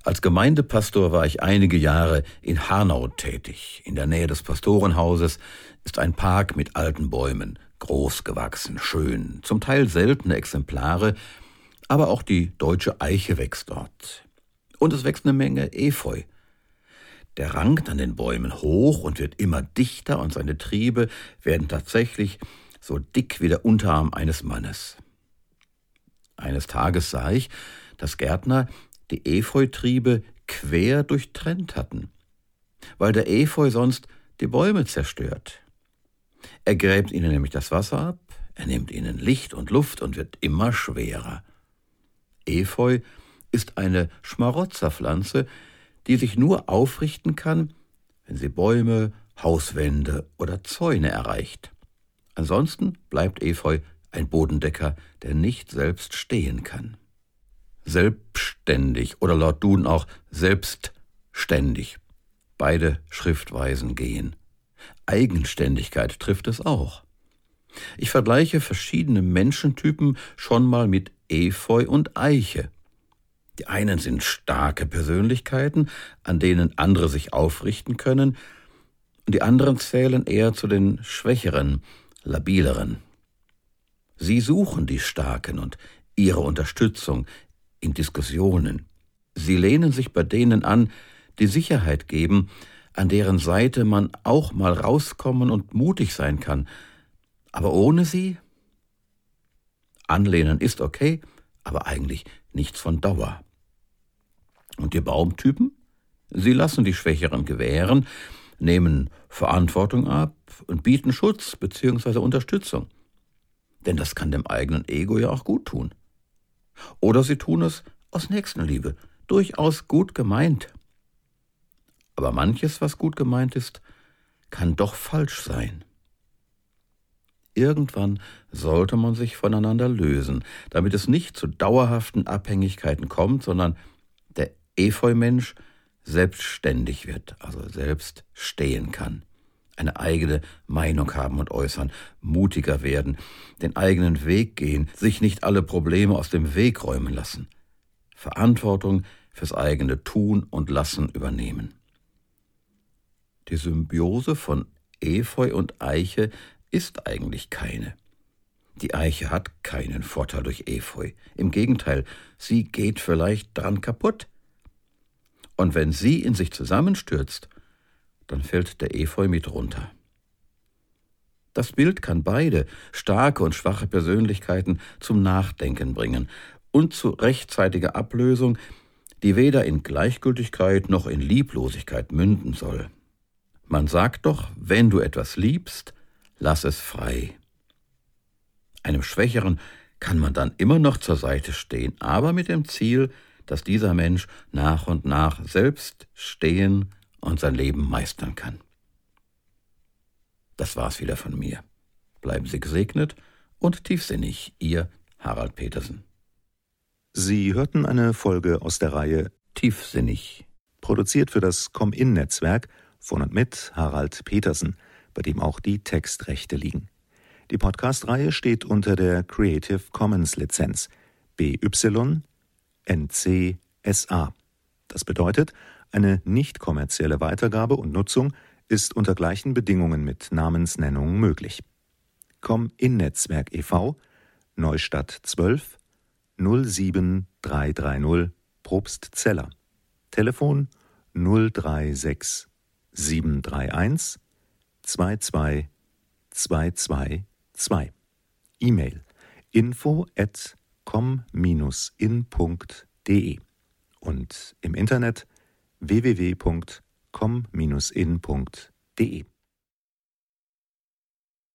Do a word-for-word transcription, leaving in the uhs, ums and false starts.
Als Gemeindepastor war ich einige Jahre in Hanau tätig. In der Nähe des Pastorenhauses ist ein Park mit alten Bäumen, groß gewachsen, schön, zum Teil seltene Exemplare, aber auch die deutsche Eiche wächst dort. Und es wächst eine Menge Efeu. Der rankt an den Bäumen hoch und wird immer dichter und seine Triebe werden tatsächlich so dick wie der Unterarm eines Mannes. Eines Tages sah ich, dass Gärtner die Efeutriebe quer durchtrennt hatten, weil der Efeu sonst die Bäume zerstört. Er gräbt ihnen nämlich das Wasser ab, er nimmt ihnen Licht und Luft und wird immer schwerer. Efeu ist eine Schmarotzerpflanze, die sich nur aufrichten kann, wenn sie Bäume, Hauswände oder Zäune erreicht. Ansonsten bleibt Efeu ein Bodendecker, der nicht selbst stehen kann. Selbstständig oder laut Duden auch selbstständig. Beide Schriftweisen gehen. Eigenständigkeit trifft es auch. Ich vergleiche verschiedene Menschentypen schon mal mit Efeu und Eiche. Die einen sind starke Persönlichkeiten, an denen andere sich aufrichten können, und die anderen zählen eher zu den schwächeren, labileren. Sie suchen die Starken und ihre Unterstützung in Diskussionen. Sie lehnen sich bei denen an, die Sicherheit geben, an deren Seite man auch mal rauskommen und mutig sein kann. Aber ohne sie? Anlehnen ist okay, aber eigentlich nichts von Dauer. Und die Baumtypen? Sie lassen die Schwächeren gewähren, nehmen Verantwortung ab und bieten Schutz bzw. Unterstützung. Denn das kann dem eigenen Ego ja auch gut tun. Oder sie tun es aus Nächstenliebe, durchaus gut gemeint. Aber manches, was gut gemeint ist, kann doch falsch sein. Irgendwann sollte man sich voneinander lösen, damit es nicht zu dauerhaften Abhängigkeiten kommt, sondern der Efeu-Mensch selbstständig wird, also selbst stehen kann, eine eigene Meinung haben und äußern, mutiger werden, den eigenen Weg gehen, sich nicht alle Probleme aus dem Weg räumen lassen, Verantwortung fürs eigene Tun und Lassen übernehmen. Die Symbiose von Efeu und Eiche ist eigentlich keine. Die Eiche hat keinen Vorteil durch Efeu. Im Gegenteil, sie geht vielleicht dran kaputt. Und wenn sie in sich zusammenstürzt, dann fällt der Efeu mit runter. Das Bild kann beide, starke und schwache Persönlichkeiten, zum Nachdenken bringen und zu rechtzeitiger Ablösung, die weder in Gleichgültigkeit noch in Lieblosigkeit münden soll. Man sagt doch, wenn du etwas liebst, lass es frei. Einem Schwächeren kann man dann immer noch zur Seite stehen, aber mit dem Ziel, dass dieser Mensch nach und nach selbst stehen und sein Leben meistern kann. Das war's wieder von mir. Bleiben Sie gesegnet und tiefsinnig, Ihr Harald Petersen. Sie hörten eine Folge aus der Reihe Tiefsinnig, produziert für das Com-In-Netzwerk von und mit Harald Petersen, bei dem auch die Textrechte liegen. Die Podcast-Reihe steht unter der Creative Commons Lizenz B Y N C S A. Das bedeutet, eine nicht kommerzielle Weitergabe und Nutzung ist unter gleichen Bedingungen mit Namensnennung möglich. Com-In-Netzwerk e V, Neustadt zwölf, null sieben drei drei null, Probstzeller. Telefon null drei sechs sieben drei eins zwei zwei zwei zwei zwei. E-Mail info at com dash in punkt de und im Internet w w w punkt com dash in punkt de.